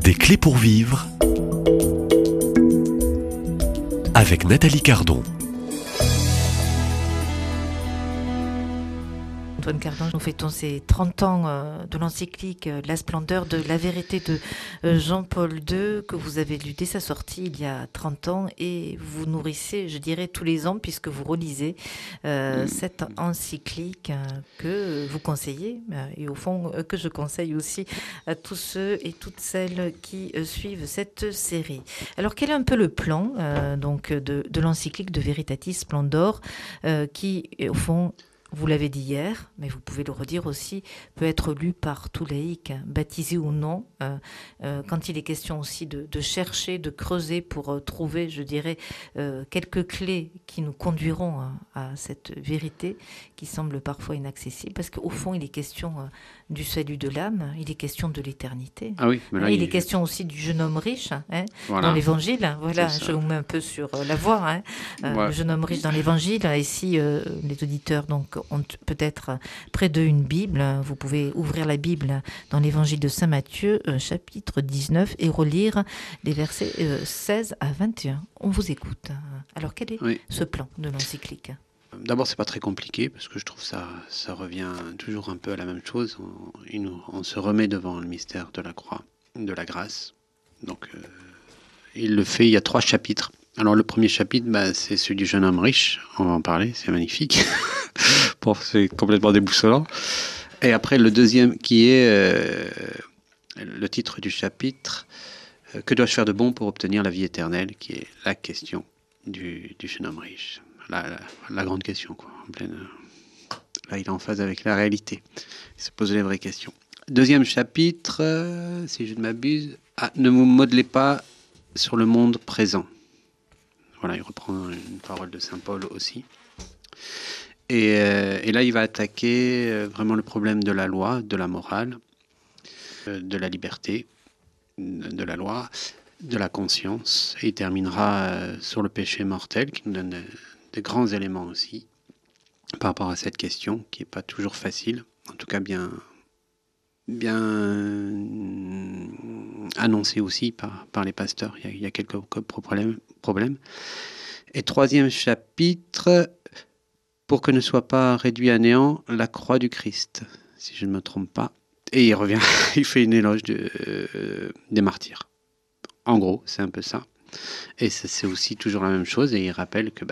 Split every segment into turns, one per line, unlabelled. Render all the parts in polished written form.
Des clés pour vivre avec Nathalie Cardon.
Antoine Cardon, nous fêtons ces 30 ans de l'encyclique La splendeur de la vérité de Jean-Paul II, que vous avez lu dès sa sortie il y a 30 ans, et vous nourrissez, je dirais, tous les ans, puisque vous relisez cette encyclique que vous conseillez, et au fond que je conseille aussi à tous ceux et toutes celles qui suivent cette série. Alors quel est un peu le plan donc de l'encyclique de Veritatis Splendor, qui, au fond, vous l'avez dit hier, mais vous pouvez le redire aussi, peut être lu par tout laïc, baptisé ou non, quand il est question aussi de chercher, de creuser pour trouver, je dirais, quelques clés qui nous conduiront à cette vérité qui semble parfois inaccessible, parce qu'au fond, il est question du salut de l'âme, il est question de l'éternité.
Ah oui, mais là,
il est question aussi du jeune homme riche,
voilà,
dans l'évangile. Voilà, je vous mets un peu sur la voie. Le jeune homme riche dans l'évangile. Et si les auditeurs donc ont peut-être près d'eux une Bible, vous pouvez ouvrir la Bible dans l'évangile de Saint Matthieu, chapitre 19, et relire les versets 16 à 21. On vous écoute. Alors quel est ce plan de l'encyclique ?
D'abord, c'est pas très compliqué, parce que je trouve ça revient toujours un peu à la même chose. On se remet devant le mystère de la croix, de la grâce. Donc, il le fait, il y a 3 chapitres. Alors, le premier chapitre, c'est celui du jeune homme riche. On va en parler, c'est magnifique. Bon, c'est complètement déboussolant. Et après, le deuxième, qui est le titre du chapitre, que dois-je faire de bon pour obtenir la vie éternelle, qui est la question du jeune homme riche. La grande question, quoi. En pleine... Là, il est en phase avec la réalité. Il se pose les vraies questions. Deuxième chapitre, si je ne m'abuse, ne vous modelez pas sur le monde présent. Voilà, il reprend une parole de Saint Paul aussi. Et là, il va attaquer vraiment le problème de la loi, de la morale, de la liberté, de la loi, de la conscience. Et il terminera sur le péché mortel, qui nous donne des grands éléments aussi par rapport à cette question, qui n'est pas toujours facile, en tout cas bien annoncé aussi par les pasteurs. Il y a quelques problèmes. Et troisième chapitre, pour que ne soit pas réduit à néant la croix du Christ, si je ne me trompe pas. Et il revient, il fait une éloge des martyrs. En gros, c'est un peu ça. Et c'est aussi toujours la même chose. Et il rappelle que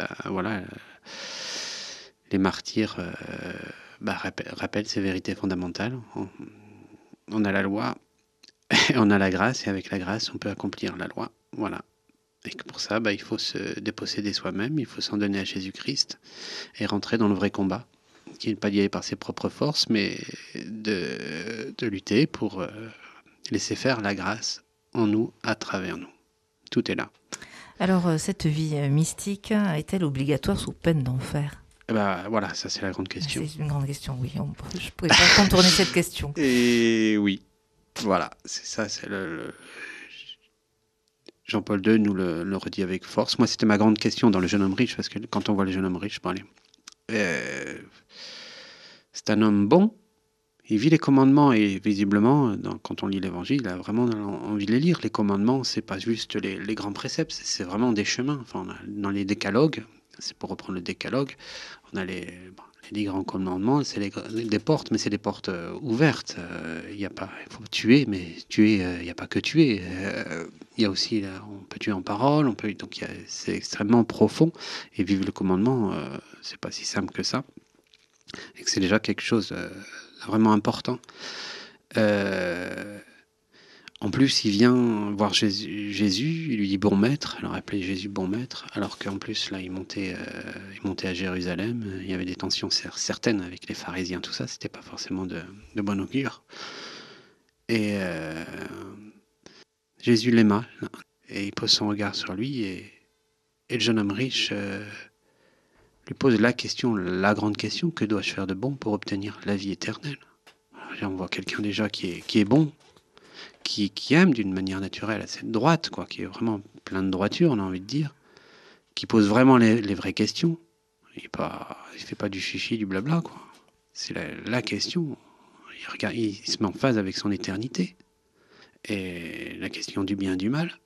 les martyrs rappellent ces vérités fondamentales. On a la loi, et on a la grâce, et avec la grâce, on peut accomplir la loi. Voilà. Et que pour ça, il faut se déposséder soi-même, il faut s'en donner à Jésus-Christ et rentrer dans le vrai combat, qui n'est pas d'y aller par ses propres forces, mais de lutter pour laisser faire la grâce en nous, à travers nous. Tout est là.
Alors, cette vie mystique est-elle obligatoire sous peine d'enfer ?
Voilà, ça c'est la grande question.
C'est une grande question, oui. Je ne pourrais pas contourner cette question.
Et oui, voilà, c'est ça, c'est Jean-Paul II nous le redit avec force. Moi, c'était ma grande question dans le jeune homme riche, parce que quand on voit le jeune homme riche, c'est un homme bon, il vit les commandements, et visiblement, quand on lit l'évangile, il a vraiment envie de les lire. Les commandements, c'est pas juste les grands préceptes, c'est vraiment des chemins. Enfin, dans les décalogues, c'est pour reprendre le décalogue, on a les 10 grands commandements, c'est des portes, mais c'est des portes ouvertes. Il faut tuer, mais tuer, il n'y a pas que tuer. Il y a aussi, on peut tuer en parole, c'est extrêmement profond. Et vivre le commandement, c'est pas si simple que ça. Et que c'est déjà quelque chose de vraiment important. En plus, il vient voir Jésus, il lui dit bon maître, alors appelé Jésus bon maître, alors qu'en plus, là, il montait à Jérusalem, il y avait des tensions certaines avec les pharisiens, tout ça, c'était pas forcément de bon augure. Et Jésus l'aima, et il pose son regard sur lui, et le jeune homme riche lui pose la grande question, que dois-je faire de bon pour obtenir la vie éternelle ? Alors là, on voit quelqu'un déjà qui est bon, qui aime d'une manière naturelle, assez droite, quoi, qui est vraiment plein de droiture, on a envie de dire, qui pose vraiment les vraies questions. Il fait pas du chichi, du blabla, quoi. C'est la question. Il se met en phase avec son éternité. et la question du bien et du mal.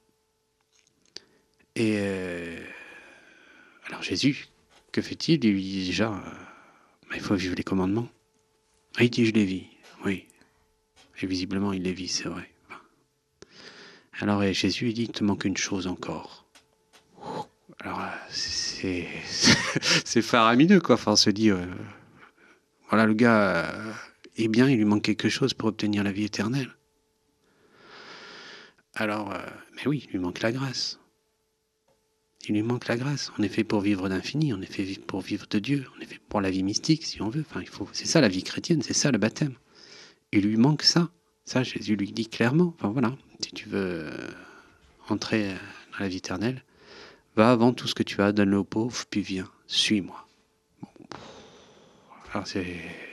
Et alors Jésus, que fait-il? Il lui dit déjà, il faut vivre les commandements. Ah, il dit, je les vis, oui. Et visiblement, il les vit, c'est vrai. Alors Jésus, il dit, il te manque une chose encore. Alors, c'est faramineux, quoi. Enfin, on se dit, voilà, le gars, eh bien, il lui manque quelque chose pour obtenir la vie éternelle. Alors, mais oui, il lui manque la grâce. Il lui manque la grâce. On est fait pour vivre d'infini, on est fait pour vivre de Dieu, on est fait pour la vie mystique, si on veut. Enfin, c'est ça la vie chrétienne, c'est ça le baptême. Il lui manque ça. Ça, Jésus lui dit clairement. Enfin, voilà, si tu veux entrer dans la vie éternelle, va, vends tout ce que tu as, donne-le aux pauvres, puis viens, suis-moi. Bon. Alors c'est...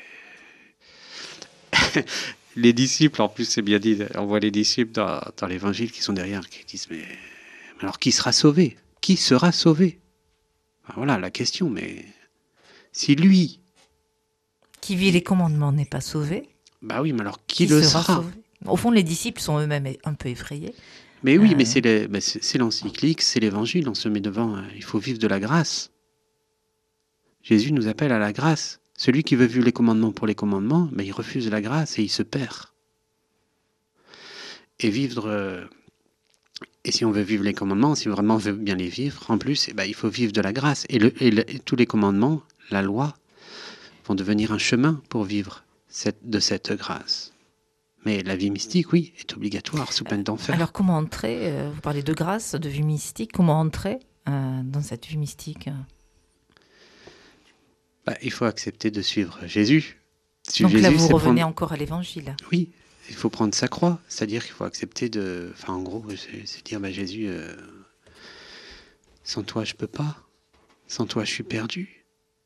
Les disciples, en plus, c'est bien dit, on voit les disciples dans l'évangile qui sont derrière, qui disent, mais alors qui sera sauvé? Qui sera sauvé? Enfin, voilà la question, mais si lui...
Qui vit les commandements n'est pas sauvé.
Bah oui, mais alors qui le sera
sauvé? Au fond, les disciples sont eux-mêmes un peu effrayés.
Mais oui, mais c'est l'encyclique, c'est l'évangile, on se met devant, il faut vivre de la grâce. Jésus nous appelle à la grâce. Celui qui veut vivre les commandements pour les commandements, il refuse la grâce et il se perd. Et vivre... et si on veut vivre les commandements, si vraiment on veut bien les vivre, en plus, il faut vivre de la grâce. Et tous les commandements, la loi, vont devenir un chemin pour vivre de cette grâce. Mais la vie mystique, oui, est obligatoire, sous peine d'enfer.
Alors comment entrer, vous parlez de grâce, de vie mystique, comment entrer dans cette vie mystique?
Il faut accepter de suivre Jésus.
Donc Jésus, là, vous revenez encore à l'évangile.
Oui, il faut prendre sa croix, c'est-à-dire qu'il faut accepter de... Enfin, en gros, c'est dire, Jésus, sans toi, je peux pas. Sans toi, je suis perdu.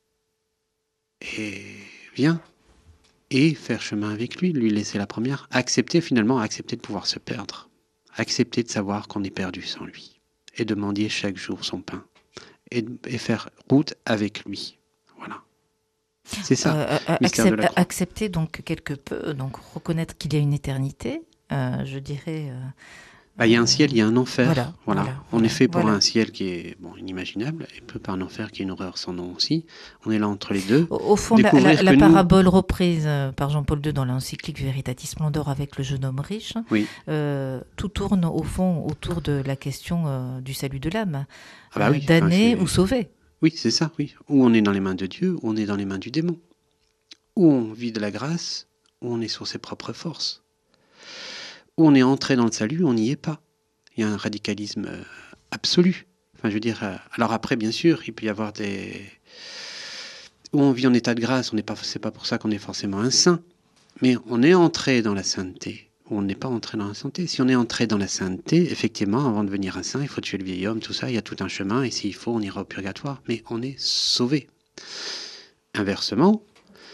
Et viens. Et faire chemin avec lui laisser la première. Accepter de pouvoir se perdre. Accepter de savoir qu'on est perdu sans lui. Et de mendier chaque jour son pain. Et faire route avec lui. Voilà. C'est ça, mystère de la croix.
Accepter donc quelque peu, donc reconnaître qu'il y a une éternité, je dirais...
Il y a un ciel, il y a un enfer. Voilà. On est fait pour un ciel qui est inimaginable, et peu par un enfer qui est une horreur sans nom aussi. On est là entre les deux.
Au fond, la parabole reprise par Jean-Paul II dans l'encyclique Veritatis Splendor avec le jeune homme riche,
oui.
Tout tourne au fond autour de la question du salut de l'âme.
Oui,
damné ou sauvé.
Oui, c'est ça, oui. Ou on est dans les mains de Dieu, ou on est dans les mains du démon. Ou on vit de la grâce, ou on est sur ses propres forces. Ou on est entré dans le salut, on n'y est pas. Il y a un radicalisme absolu. Enfin, je veux dire, alors après, bien sûr, il peut y avoir des... Où on vit en état de grâce, c'est pas pour ça qu'on est forcément un saint. Mais on est entré dans la sainteté, ou on n'est pas entré dans la sainteté. Si on est entré dans la sainteté, effectivement, avant de devenir un saint, il faut tuer le vieil homme, tout ça, il y a tout un chemin, et s'il faut, on ira au purgatoire. Mais on est sauvé. Inversement,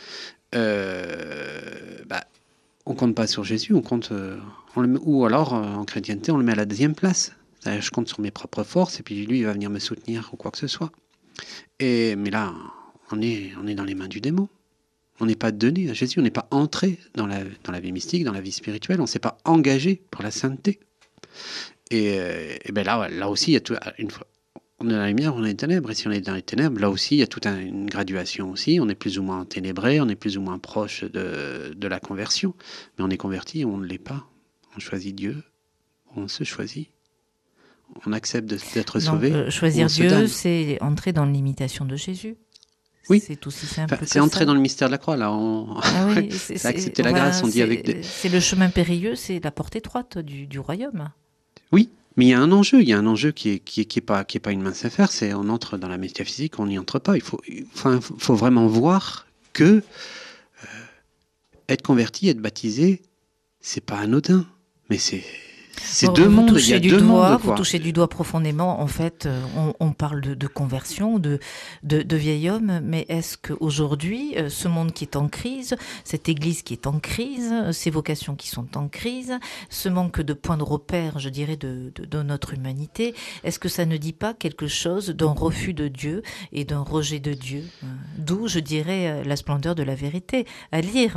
on compte pas sur Jésus, on compte, ou alors en chrétienté, on le met à la deuxième place. C'est-à-dire, je compte sur mes propres forces, et puis lui, il va venir me soutenir ou quoi que ce soit. Mais là, on est dans les mains du démon. On n'est pas donné à Jésus, on n'est pas entré dans la vie mystique, dans la vie spirituelle, on ne s'est pas engagé pour la sainteté. Et là aussi, il y a tout, une fois, on est dans la lumière, on est dans les ténèbres, et si on est dans les ténèbres, là aussi, il y a toute une graduation aussi, on est plus ou moins ténébré, on est plus ou moins proche de la conversion, mais on est converti, on ne l'est pas, on choisit Dieu, on se choisit, on accepte d'être sauvé.
Choisir Dieu, c'est entrer dans l'imitation de Jésus.
Oui,
c'est aussi simple.
C'est entrer dans le mystère de la croix, là. C'est accepter la grâce, on dit avec des...
C'est le chemin périlleux, c'est la porte étroite du royaume.
Oui, mais il y a un enjeu qui est pas une mince affaire, c'est on entre dans la métaphysique, on n'y entre pas. Il faut vraiment voir que être converti, être baptisé, c'est pas anodin, mais c'est deux mondes, il y a deux mondes.
Vous touchez du doigt profondément, en fait, on parle de conversion, de vieil homme, mais est-ce qu'aujourd'hui, ce monde qui est en crise, cette église qui est en crise, ces vocations qui sont en crise, ce manque de points de repère, je dirais, de notre humanité, est-ce que ça ne dit pas quelque chose d'un refus de Dieu et d'un rejet de Dieu? D'où, je dirais, la splendeur de la vérité, à lire.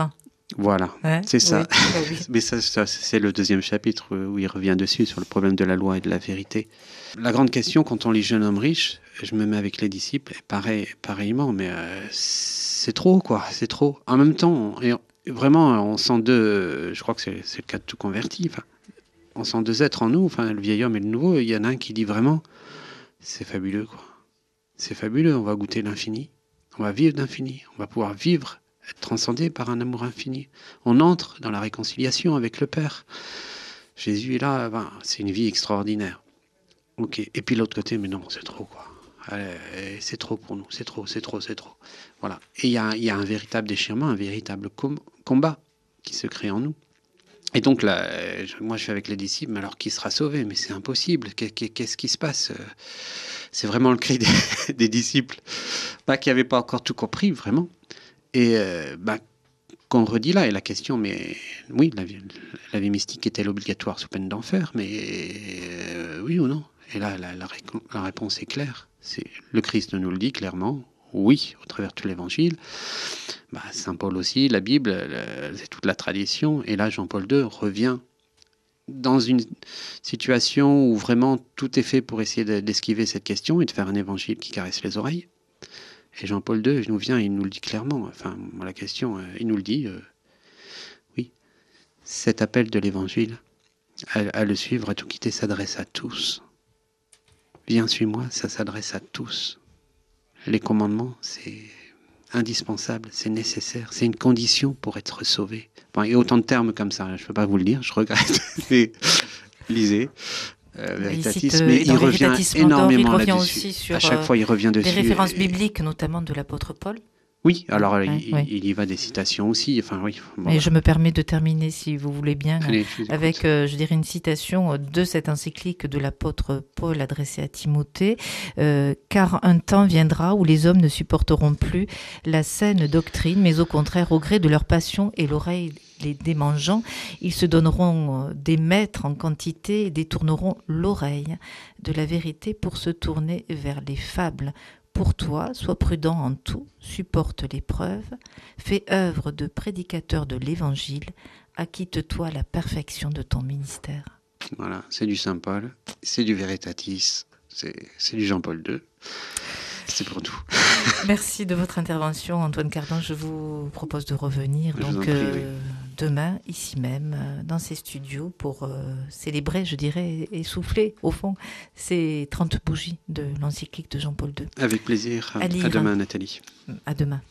Voilà,
Hein?
c'est ça.
Oui, oui.
Mais ça, c'est le deuxième chapitre où il revient dessus, sur le problème de la loi et de la vérité. La grande question, quand on lit Jeune homme riche, je me mets avec les disciples, et pareillement, mais c'est trop, quoi, c'est trop. En même temps, vraiment, on sent deux, je crois que c'est le cas de tout converti, enfin, on sent deux êtres en nous, enfin, le vieil homme et le nouveau, il y en a un qui dit vraiment, c'est fabuleux, quoi. C'est fabuleux, on va goûter l'infini, on va vivre l'infini, on va pouvoir vivre, être transcendé par un amour infini. On entre dans la réconciliation avec le Père. Jésus est là, ben, c'est une vie extraordinaire. Ok. Et puis l'autre côté, mais non, c'est trop, quoi. Allez, c'est trop pour nous, c'est trop. Voilà. Et il y a un véritable déchirement, un véritable combat qui se crée en nous. Et donc là, moi je suis avec les disciples, mais alors qui sera sauvé? Mais c'est impossible. Qu'est-ce qui se passe? C'est vraiment le cri des disciples, pas qui n'avaient pas encore tout compris, vraiment. Et qu'on redit là, et la question, mais oui, la vie mystique est-elle obligatoire sous peine d'enfer? Mais oui ou non? Et là, la réponse est claire. Le Christ nous le dit clairement, oui, au travers de tout l'Évangile. Saint Paul aussi, la Bible, c'est toute la tradition. Et là, Jean-Paul II revient dans une situation où vraiment tout est fait pour essayer d'esquiver cette question et de faire un évangile qui caresse les oreilles. Et Jean-Paul II nous vient, il nous le dit clairement. Enfin, la question, il nous le dit, oui, cet appel de l'évangile, à le suivre, à tout quitter, s'adresse à tous. Viens, suis-moi, ça s'adresse à tous. Les commandements, c'est indispensable, c'est nécessaire, c'est une condition pour être sauvé. Bon, il y a autant de termes comme ça, je ne peux pas vous le dire, je regrette. Mais lisez. Veritatis, mais il revient énormément là-dessus.
Aussi sur,
à chaque fois, il revient dessus.
Des références bibliques, notamment de l'apôtre Paul.
Oui, alors il y va des citations aussi. Enfin, oui.
Bon, et je me permets de terminer, si vous voulez bien, avec, je dirais, une citation de cette encyclique de l'apôtre Paul adressée à Timothée. Car un temps viendra où les hommes ne supporteront plus la saine doctrine, mais au contraire, au gré de leur passion et l'oreille les démangeant, ils se donneront des maîtres en quantité et détourneront l'oreille de la vérité pour se tourner vers les fables. Pour toi, sois prudent en tout, supporte l'épreuve, fais œuvre de prédicateur de l'Évangile, acquitte-toi la perfection de ton ministère.
Voilà, c'est du Saint Paul, c'est du Veritatis, c'est du Jean-Paul II, c'est pour tout.
Merci de votre intervention, Antoine Cardon. Je vous propose de revenir demain, ici même, dans ces studios, pour célébrer, je dirais, et souffler, au fond, ces 30 bougies de l'encyclique de Jean-Paul II.
Avec plaisir. À demain, Nathalie.
À demain.